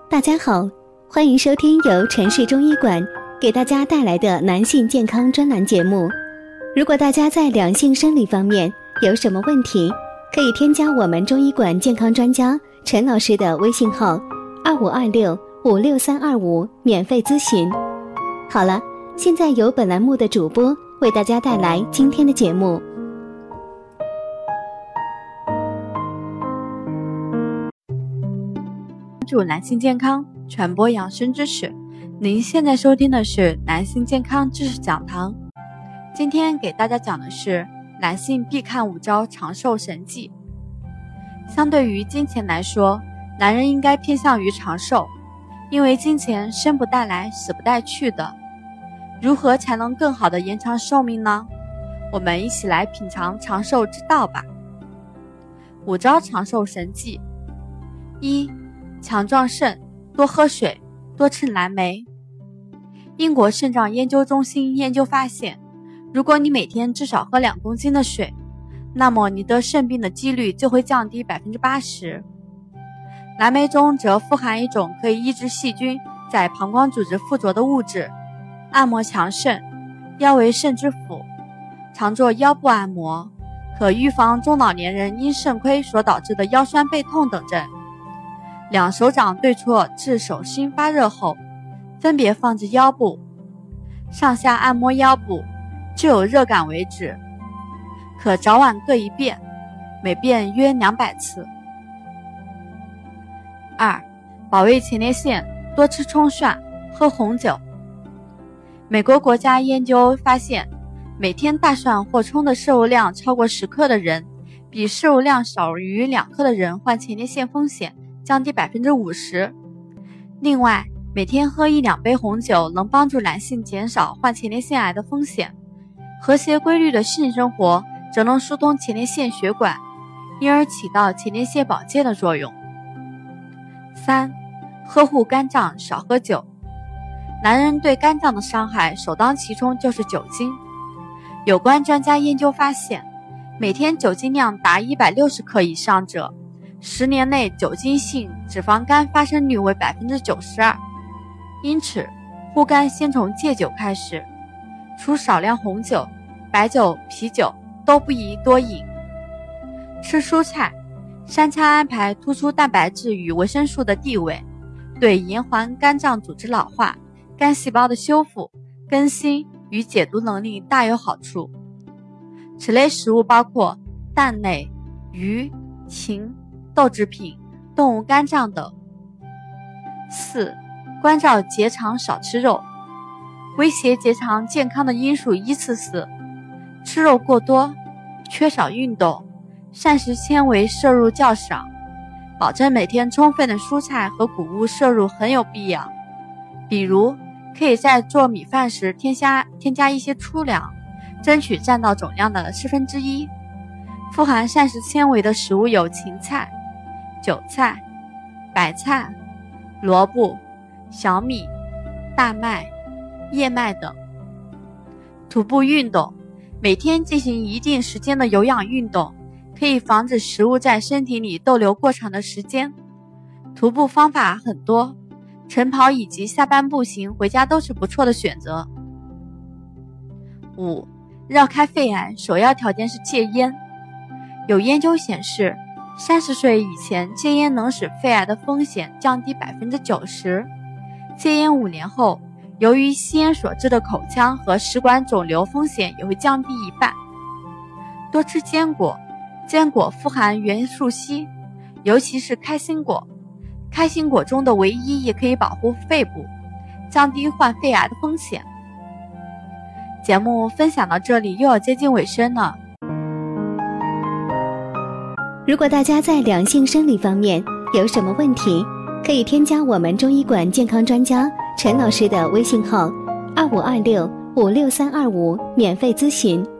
大家好，欢迎收听由城市中医馆给大家带来的男性健康专栏节目。如果大家在两性生理方面有什么问题，可以添加我们中医馆健康专家陈老师的微信号2526-56325免费咨询。好了，现在由本栏目的主播为大家带来今天的节目。 关注男性健康，传播养生知识。您现在收听的是男性健康知识讲堂。今天给大家讲的是男性必看5招长寿神技。相对于金钱来说，男人应该偏向于长寿，因为金钱生不带来，死不带去的。如何才能更好的延长寿命呢？我们一起来品尝长寿之道吧。5招长寿神技。1. 强壮肾，多喝水，多吃蓝莓。英国肾脏研究中心研究发现，如果你每天至少喝2公斤的水，那么你得肾病的几率就会降低 80%。 蓝莓中则富含一种可以抑制细菌在膀胱组织附着的物质。按摩强肾，腰为肾之府，常做腰部按摩，可预防中老年人因肾亏所导致的腰酸背痛等症。2手掌对错至手心发热后，分别放置腰部，上下按摩腰部，至有热感为止，可早晚各1遍，每遍约200次。2. 保卫前列腺，多吃葱蒜，喝红酒。美国国家研究发现，每天大蒜或葱的摄入量超过10克的人，比摄入量少于2克的人患前列腺风险降低 50%。 另外，每天喝1-2杯红酒能帮助男性减少患前列腺癌的风险。和谐规律的性生活则能疏通前列腺血管，因而起到前列腺保健的作用。3. 呵护肝脏，少喝酒。男人对肝脏的伤害首当其冲就是酒精。有关专家研究发现，每天酒精量达160克以上者，10年内酒精性脂肪肝发生率为 92%。 因此护肝先从戒酒开始，除少量红酒、白酒、啤酒都不宜多饮。吃蔬菜，3餐安排突出蛋白质与维生素的地位，对延缓肝脏组织老化、肝细胞的修复、更新与解毒能力大有好处。此类食物包括蛋类、鱼、禽、豆制品、动物肝脏等。4. 关照结肠，少吃肉。威胁结肠健康的因素依次是：吃肉过多、缺少运动、膳食纤维摄入较少。保证每天充分的蔬菜和谷物摄入很有必要，比如可以在做米饭时添加一些粗粮，争取占到总量的1/4。富含膳食纤维的食物有芹菜、韭菜、白菜、萝卜、小米、大麦、燕麦等。徒步运动，每天进行一定时间的有氧运动，可以防止食物在身体里逗留过长的时间。徒步方法很多，晨跑以及下班步行回家都是不错的选择。5. 绕开肺癌，首要条件是戒烟。有研究显示，30岁以前戒烟能使肺癌的风险降低 90%。 戒烟5年后，由于吸烟所致的口腔和食管肿瘤风险也会降低1半。多吃坚果，坚果富含元素硒，尤其是开心果。开心果中的维 E 也可以保护肺部，降低患肺癌的风险。节目分享到这里又要接近尾声了。 如果大家在两性生理方面有什么问题，可以添加我们中医馆健康专家陈老师的微信号2526-56325免费咨询。